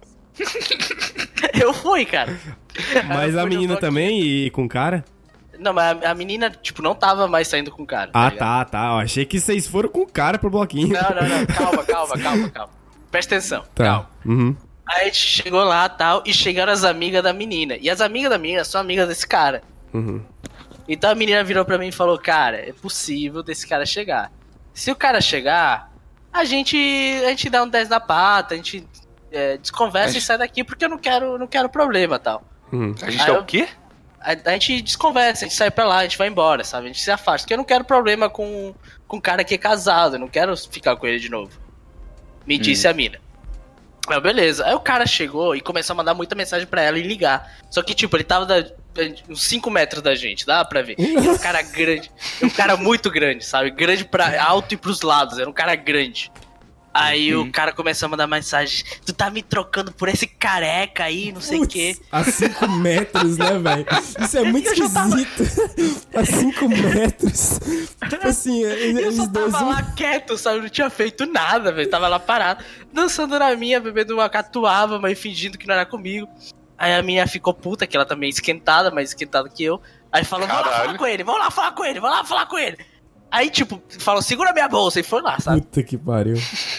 Eu fui, cara. Mas Eu a fui no menina bloquinho. também e com o cara? Não, mas a menina, tipo, não tava mais saindo com o cara. Tá. ligado? Eu achei que vocês foram com o cara pro bloquinho. Não. Calma. Presta atenção. Tá. Calma. Uhum. Aí a gente chegou lá e tal, e chegaram as amigas da menina. E as amigas da menina são amigas desse cara. Uhum. Então a menina virou pra mim e falou, cara, é possível desse cara chegar. Se o cara chegar, a gente dá um 10 na pata, a gente desconversa e sai daqui porque eu não quero problema e tal. Uhum. A gente Aí é eu- o quê? A gente desconversa, a gente sai pra lá, a gente vai embora, sabe? A gente se afasta, porque eu não quero problema com um cara que é casado, eu não quero ficar com ele de novo. Me disse a mina. Aí, beleza. Aí o cara chegou e começou a mandar muita mensagem pra ela e ligar. Só que, tipo, ele tava uns 5 metros da gente, dá pra ver. Era um cara grande. Um cara muito grande, sabe? Grande pra alto e pros lados. Era um cara grande. Aí o cara começou a mandar mensagem. Tu tá me trocando por esse careca aí, não sei o quê. A 5 metros, né, velho? Isso é muito esquisito. A 5 metros. Tipo assim, Eu eles só dois... tava lá quieto, sabe? Não tinha feito nada, velho. Tava lá parado, dançando na minha, bebendo uma catuaba, mas fingindo que não era comigo. Aí a minha ficou puta, que ela também esquentada, mais esquentada que eu. Aí falou, vamos lá falar com ele, vamos lá falar com ele, vamos lá falar com ele. Aí, tipo, falou, segura minha bolsa, e foi lá, sabe? Puta que pariu.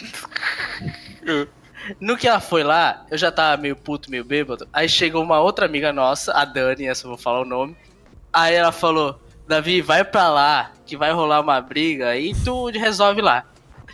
No que ela foi lá, eu já tava meio puto, meio bêbado. Aí chegou uma outra amiga nossa, a Dani, essa eu vou falar o nome. Aí ela falou, Davi, vai pra lá, que vai rolar uma briga, aí tu resolve lá.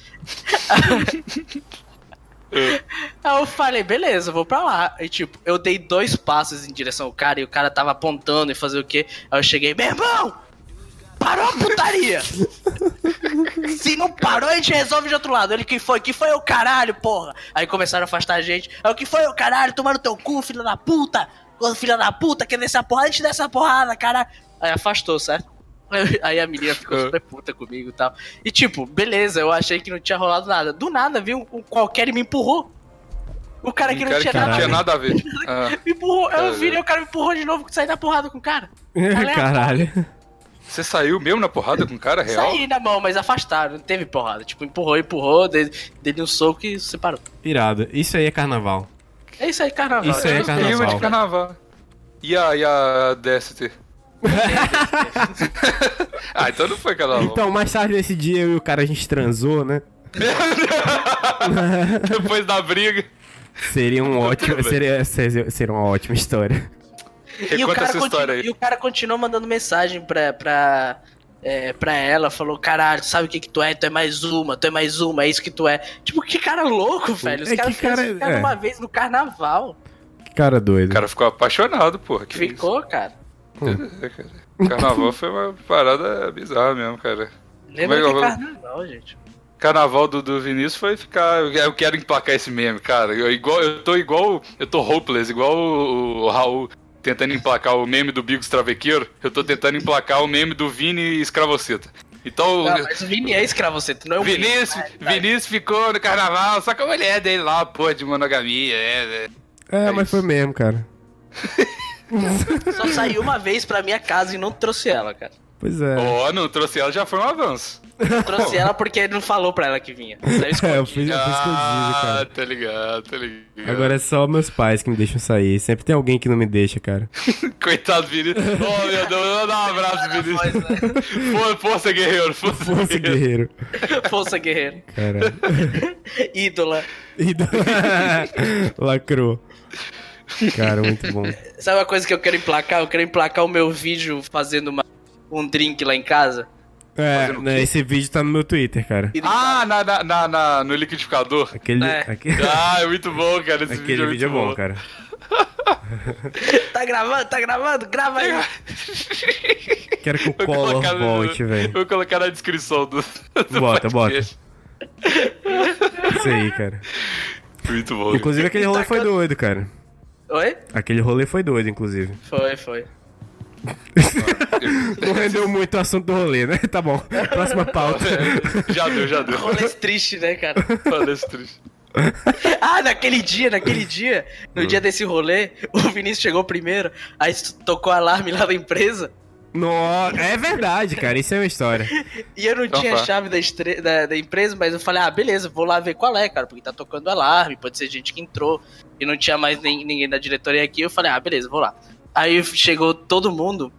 Aí eu falei, beleza, vou pra lá. Aí, tipo, eu dei 2 passos em direção ao cara e o cara tava apontando e fazer o quê? Aí eu cheguei, meu irmão, parou a putaria! Se não parou, a gente resolve de outro lado. Ele, que foi? Que foi o caralho, porra? Aí começaram a afastar a gente. Aí o que foi o caralho? Tomaram teu cu, filho da puta! Ô, filho da puta, quer descer a porrada? A gente desce a porrada, caralho! Aí afastou, certo? Aí a menina ficou super puta comigo e tal. E tipo, beleza, eu achei que não tinha rolado nada. Do nada, viu? Um qualquer e me empurrou. O cara que não tinha nada, não tinha nada a ver. me empurrou. Eu virei, o cara me empurrou de novo, saí da porrada com o cara. Caralho. Você saiu mesmo na porrada com o cara real? Saí na mão, mas afastaram, não teve porrada. Tipo, empurrou, dele um soco e separou. Irado. Isso aí é carnaval. É isso aí, carnaval. Isso aí é carnaval. Clima de carnaval. E a DST? Ah, então não foi carnaval. Então, mais tarde nesse dia, eu e o cara, a gente transou, né? Depois da briga. Seria uma ótima história. Reconta essa história aí. E o cara continuou mandando mensagem pra ela, falou, caralho, sabe o que tu é? Tu é mais uma, é isso que tu é. Tipo, que cara louco, velho. Os caras ficaram uma vez no carnaval. Que cara doido. O cara ficou apaixonado, porra. Que Ficou, cara. Carnaval foi uma parada bizarra mesmo, cara. Lembra que é carnaval, gente. Carnaval do Vinícius foi ficar. Eu quero emplacar esse meme, cara. Eu tô hopeless, igual o Raul tentando emplacar o meme do Bigos Travequeiro. Eu tô tentando emplacar o meme do Vini Escravoceta. Então. Não, mas o Vini é escravoceta, não é o Vinícius ficou no carnaval, só com a mulher dele lá, pô, de monogamia. Mas foi mesmo, cara. Só saiu uma vez pra minha casa e não trouxe ela, cara. Pois é. Não trouxe ela, já foi um avanço. Não trouxe ela porque ele não falou pra ela que vinha. Eu fui escondido, cara. Tá ligado. Agora é só meus pais que me deixam sair. Sempre tem alguém que não me deixa, cara. Coitado do Vinícius. Oh, meu Deus, dá um abraço, Vinícius. Força, guerreiro. Força, guerreiro. Força, guerreiro. Caralho. Ídola. Lacrou. Cara, muito bom. Sabe uma coisa que eu quero emplacar? Eu quero emplacar o meu vídeo fazendo um drink lá em casa. Esse vídeo tá no meu Twitter, cara. No liquidificador. Aquele... É muito bom, cara. Aquele vídeo é bom, cara. Tá gravando? Grava aí. Quero que o Collor volte, velho. Vou colocar na descrição do Bota. Isso aí, cara. Muito bom. Inclusive aquele rolê foi doido, cara. Oi? Aquele rolê foi doido, inclusive. Foi. Não rendeu muito o assunto do rolê, né? Tá bom. Próxima pauta. Já deu. Rolê triste, né, cara? Rolê triste. Naquele dia, no dia desse rolê, o Vinícius chegou primeiro, aí tocou o alarme lá da empresa. Nossa, é verdade, cara, isso é uma história. E eu não tinha a chave da empresa, mas eu falei, beleza, vou lá ver qual é, cara, porque tá tocando alarme, pode ser gente que entrou, e não tinha mais ninguém da diretoria aqui, eu falei, beleza, vou lá. Aí chegou todo mundo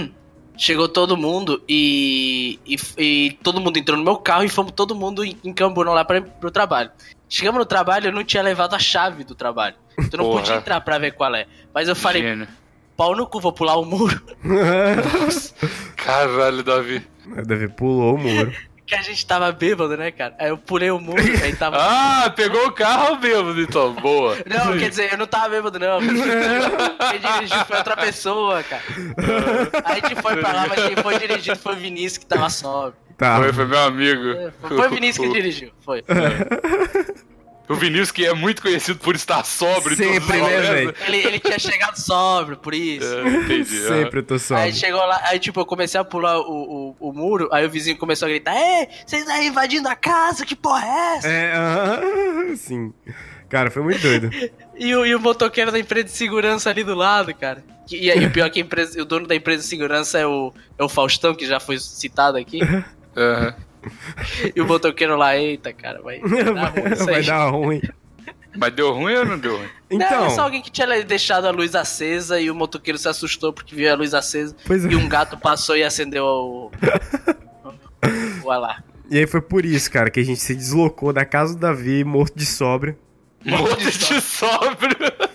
e todo mundo entrou no meu carro e fomos todo mundo em Camburão lá pro trabalho. Chegamos no trabalho, eu não tinha levado a chave do trabalho, então não podia entrar pra ver qual é. Mas eu falei, pau no cu, vou pular o muro. Nossa, caralho, Davi. Davi pulou o muro. Que a gente tava bêbado, né, cara? Aí eu pulei o muro, aí tava... pegou o carro bêbado, então, boa. Não, quer dizer, eu não tava bêbado, não. Quem dirigiu foi outra pessoa, cara. Aí a gente foi pra lá, mas quem foi dirigindo foi o Vinícius, que tava sóbrio. Foi meu amigo. Foi o Vinícius que dirigiu, foi. O Vinícius, que é muito conhecido por estar sóbrio. Sempre, todos os né, momentos. velho? Ele tinha chegado sóbrio, por isso. Entendi. Sempre eu tô Aí sóbrio. chegou lá, aí tipo, eu comecei a pular o muro, aí o vizinho começou a gritar: Ei, vocês aí invadindo a casa, que porra é essa? Sim. Cara, foi muito doido. E o motoqueiro da empresa de segurança ali do lado, cara. E aí o pior é que o dono da empresa de segurança é o Faustão, que já foi citado aqui. Aham. E o motoqueiro lá, eita, cara, vai dar ruim isso aí. Vai dar ruim. Mas deu ruim ou não deu ruim? Não, é Então, só alguém que tinha deixado a luz acesa e o motoqueiro se assustou porque viu a luz acesa Pois é. e um gato passou e acendeu o alarme. e aí foi por isso, cara, que a gente se deslocou da casa do Davi, morto de sóbrio. Morto de sóbrio.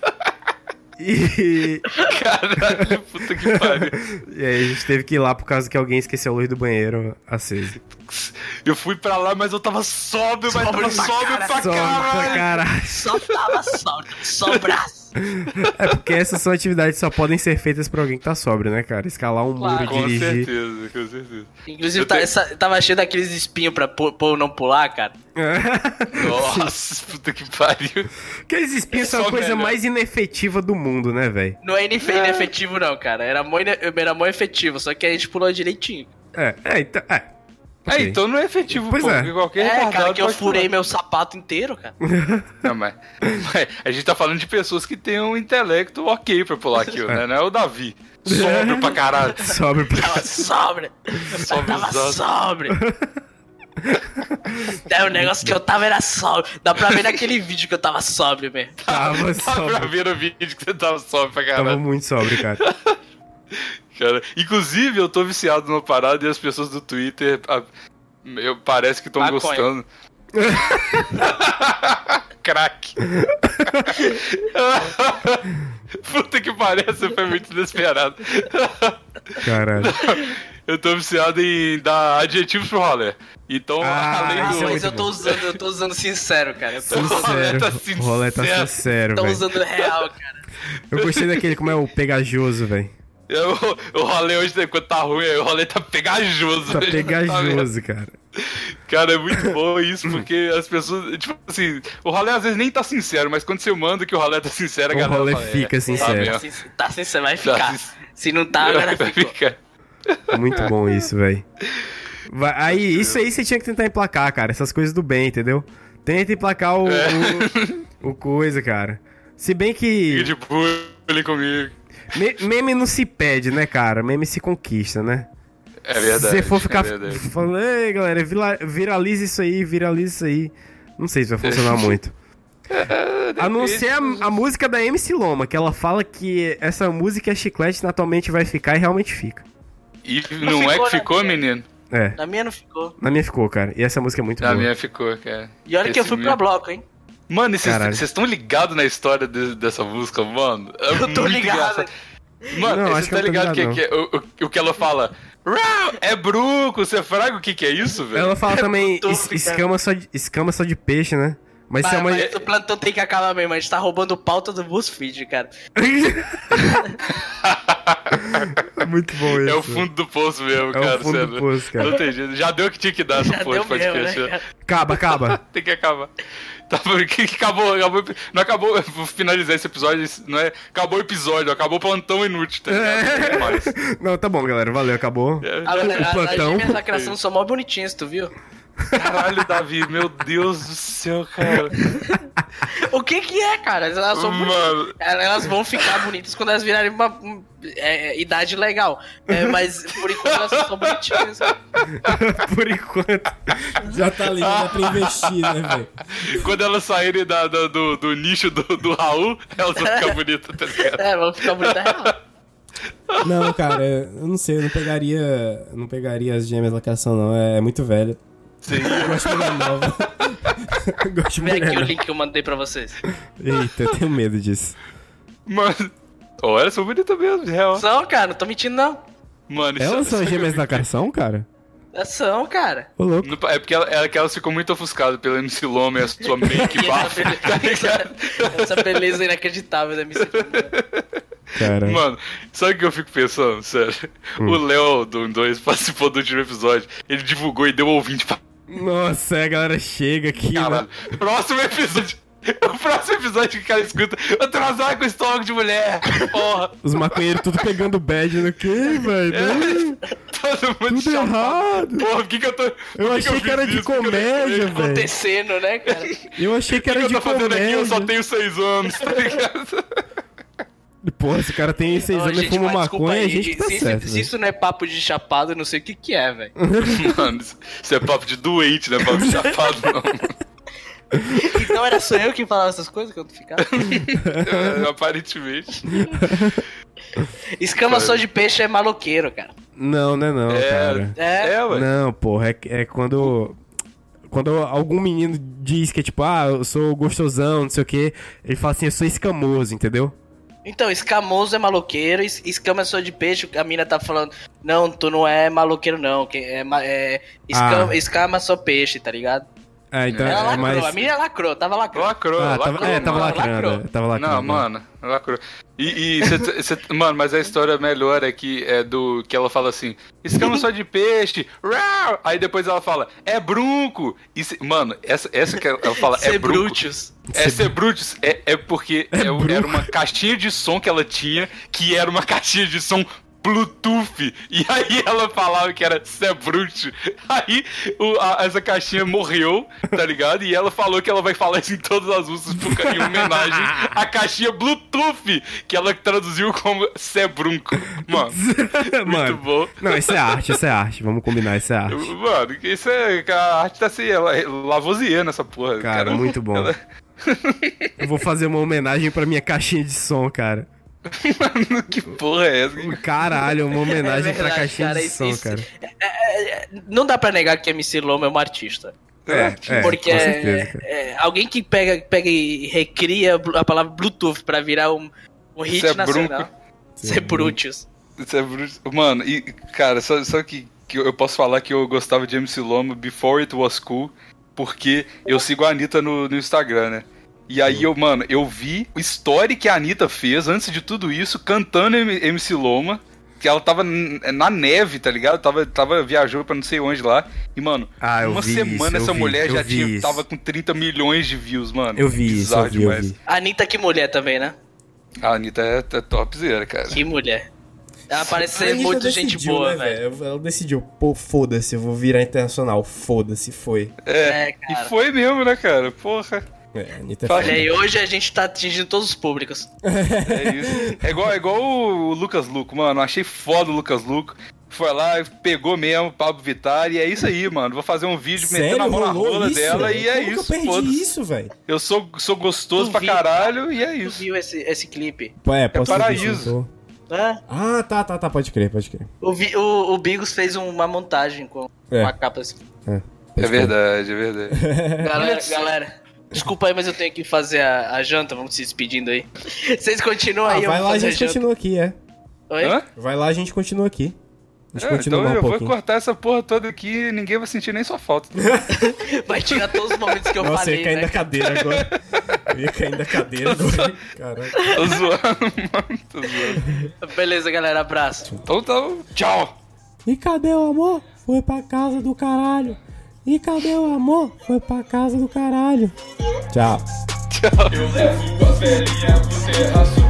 E... Caralho, puta que pariu. e aí a gente teve que ir lá por causa que alguém esqueceu a luz do banheiro acesa. Eu fui pra lá, mas eu tava sóbrio, mas tava sóbrio pra Sóbrio pra caralho. caralho. Só tava só braço. É porque essas são atividades que só podem ser feitas por alguém que tá sóbrio, né, cara? Escalar um Claro. muro, Com dirigir. certeza, com certeza. Inclusive, Eu tenho- tava cheio daqueles espinhos pra pôr não pular, cara. Nossa, puta que pariu. Aqueles espinhos são a Só coisa melhor. mais inefetiva do mundo, né, velho? Não é inefetivo, não, cara. Era mó efetivo, só que a gente pulou direitinho. Então. É, Ok. então não é efetivo, Pois pô, é. porque qualquer Cara, retardado que eu pode furei pular. meu sapato inteiro, cara. Não, mas a gente tá falando de pessoas que têm um intelecto ok pra pular aquilo, né? Não é o Davi. Sóbrio pra caralho. Sóbrio pra... Tava sóbrio. Tava Sóbrio. sóbrio. O negócio que eu tava era sóbrio. Dá pra ver naquele vídeo que eu tava sóbrio mesmo. Tava Dá pra sóbrio. ver no vídeo que você tava sóbrio pra Tava caralho. muito sóbrio, cara. Cara, inclusive, eu tô viciado numa parada e as pessoas do Twitter parece que estão Maconha. gostando. Crack. Puta que parece, foi muito inesperado. Caralho. Eu tô viciado em dar adjetivos pro rolê. Então, além isso do. é Mas muito eu tô usando sincero, cara. Eu tô Sincero. tá O rolê tá sincero. sincero, tô velho. usando real, cara. Eu gostei daquele, como é o pegajoso, velho. O rolê hoje, quando tá ruim, o rolê tá pegajoso. Tá né? pegajoso, cara. Cara, é muito bom isso, porque as pessoas. Tipo assim, o rolê às vezes nem tá sincero, mas quando você manda que o rolê tá sincero, a O galera rolê fala, fica sincero. Tá mesmo. Tá sincero, vai ficar. Tá sin- Se não tá, agora Vai ficou. ficar. Muito bom isso, velho. Aí, isso aí você tinha que tentar emplacar, cara. Essas coisas do bem, entendeu? Tenta emplacar o coisa, cara. Se bem que Fica de bullying comigo. meme não se pede, né, cara? Meme se conquista, né? É verdade. Se você for ficar é verdade. falando, ei, galera, viraliza isso aí. Não sei se vai funcionar muito. A não ser a música da MC Loma, que ela fala que essa música é chiclete, naturalmente vai ficar e realmente fica. E não é ficou, que né, ficou, cara? menino? É, Na minha não ficou. na minha ficou, cara. E essa música é muito Na boa. minha ficou, cara. E olha que eu Esse fui pra mesmo. bloco, hein? Mano, Caralho. vocês estão ligados na história dessa música, mano? É Eu tô muito ligado. engraçado. Mano, Não, você acho que tá eu tô ligado ligado, que o que ela fala? "Rau, é bruco, você fraga, o que é isso, velho? Ela fala também Tô ficando. escama só de peixe, né? Mas isso é uma... Mas o plantão tem que acabar mesmo, a gente tá roubando pauta do BuzzFeed, cara. Muito bom isso. É o fundo do poço mesmo, É cara. o fundo do sério. poço, cara. Não tem jeito. Já deu o que tinha que dar essa Já porra deu de mesmo, podcast. né, cara? Acaba. Tem que acabar. Tá, porque acabou. Não acabou. Vou finalizar esse episódio. Não é, acabou o episódio, acabou o plantão inútil, tá ligado? Não tem mais. Não, tá bom, galera. Valeu, acabou. A plantão. gêmeas da criação são mó bonitinhas, tu viu? Caralho, Davi, meu Deus do céu, cara. O que é, cara? Elas são bonitas. Mano, Elas vão ficar bonitas quando elas virarem uma idade legal. Mas por enquanto elas são bonitinhas. Por enquanto. Já tá ali, já dá pra investir, né, velho? quando elas saírem do nicho do Raul, elas vão ficar bonitas, tá ligado? Vão ficar bonitas real. Não, cara, eu não sei, eu não pegaria as gêmeas lacração, não. É muito velho. Sim. Eu gosto de mulher nova. Eu gosto de Vê mulher aqui o nova. link que eu mandei pra vocês. Eita, eu tenho medo disso. Mano. Oh, elas são bonitas mesmo, de real. São, cara, não tô mentindo, não. Mano, isso Elas são isso- gêmeas lacração, cara? São, cara. Ô, louco. É porque que elas ficam muito ofuscadas pela MC Loma e a sua make E bafo. essa beleza inacreditável da MC. Cara. Mano, sabe o que eu fico pensando? Sério. O Léo do 2 participou do último episódio. Ele divulgou e deu ouvinte pra Nossa, a galera chega aqui, caralho. mano. Próximo episódio. O próximo episódio que o cara escuta, eu transar com estômago de mulher. Porra. Os maconheiros tudo pegando bad no quê, velho? Todo mundo Tudo chapado. errado. Porra, por que eu tô... Eu achei que era de comédia, velho. Acontecendo, né, cara? Eu achei que O que era eu de tô fazendo aqui? Eu só comédia. tenho 6 anos, tá ligado? Porra, esse cara tem 6 Ó, anos e gente, fuma mas desculpa maconha, a aí, gente que tá se, certo. se velho. isso não é papo de chapado, eu não sei o que é, velho. Mano, isso é papo de doente, não é papo de chapado, não. Então era só eu que falava essas coisas que eu não ficava? Aparentemente. Escama só de peixe é maloqueiro, cara. Não, não, cara. É, ué. Não, porra, é quando... Quando algum menino diz que é tipo, eu sou gostosão, não sei o quê, ele fala assim, eu sou escamoso, entendeu? Então, escamoso é maloqueiro, escama é só de peixe, a mina tá falando, não, tu não é maloqueiro não, escama só peixe, tá ligado? Então Ela é lacrou, mais... a mina lacrou, tava lacrando. Lacrou, tava mano. lacrando. Tava lacrando. Não, mano, lacrou. Mano, mas a história melhor é que é do que ela fala assim: escama só de peixe, rau! Aí depois ela fala, é brunco. Mano, essa que ela fala, é brunco. Brutus. É ser Brutus, é porque era uma caixinha de som que ela tinha, que era uma caixinha de som Bluetooth, e aí ela falava que era Sebruto. Aí essa caixinha morreu, tá ligado? E ela falou que ela vai falar isso em todas as músicas em homenagem à caixinha Bluetooth, que ela traduziu como Sebrunco. Mano, muito bom. Não, isso é arte, vamos combinar, isso é arte. Mano, isso é... A arte tá assim, Lavoisier nessa porra. Cara, muito bom. Eu vou fazer uma homenagem pra minha caixinha de som, cara. Mano, que porra é essa? Caralho, uma homenagem pra verdade, caixinha cara, de som, isso- cara. Não dá pra negar que MC Loma é uma artista. Porque com certeza, cara. Alguém que pega e recria a palavra Bluetooth pra virar um hit Isso é nacional. Isso é Brutus. Isso é Brutus. Mano, e, cara, só que eu posso falar que eu gostava de MC Loma before it was cool, porque eu sigo a Anitta no Instagram, né? E aí eu vi o story que a Anitta fez antes de tudo isso, cantando MC Loma, que ela tava na neve, tá ligado? Tava viajando pra não sei onde lá. E, mano, eu uma vi semana isso, essa mulher já vi isso. tava com 30 milhões de views, mano. Eu vi isso, Bizarro eu demais. vi. A Anitta, que mulher também, né? A Anitta é topzera, cara. Que mulher. Ela parece A ser Anitta muito gente decidiu, boa, né, velho. Ela decidiu, pô, foda-se, eu vou virar internacional, foda-se, foi. É, E cara. foi mesmo, né, cara? Porra. A Anitta Fala Olha aí, hoje a gente tá atingindo todos os públicos. É isso. É igual o Lucas Luco, mano. Achei foda o Lucas Luco. Foi lá, pegou mesmo o Pablo Vittar e é isso aí, mano. Vou fazer um vídeo metendo a mão na rola dela e é isso. Como que eu perdi isso, velho? Eu sou gostoso pra Duvido. caralho e é Tu isso. viu esse clipe? Posso paraíso. Hã? Tá, pode crer. O Bigos fez uma montagem com a capa assim. É verdade. Galera, desculpa aí, mas eu tenho que fazer a janta, vamos se despedindo aí. Vocês continuam aí, eu vai vou lá, a fazer gente janta. continua aqui, Oi? Hã? Vai lá, a gente continua aqui. A gente continua Então um eu vou pouquinho. cortar essa porra toda aqui e ninguém vai sentir nem sua falta. Vai tirar todos os momentos que eu Nossa, eu falei, ia cair né? da cadeira agora. Eu ia cair da cadeira agora. Caralho. Tô zoando, mano. Tô zoando. Beleza, galera, abraço. Então, tchau. E cadê o amor? Foi pra casa do caralho. E cadê o amor? Foi pra casa do caralho. Tchau. Tchau. Eu levo as velhinhas pro terraço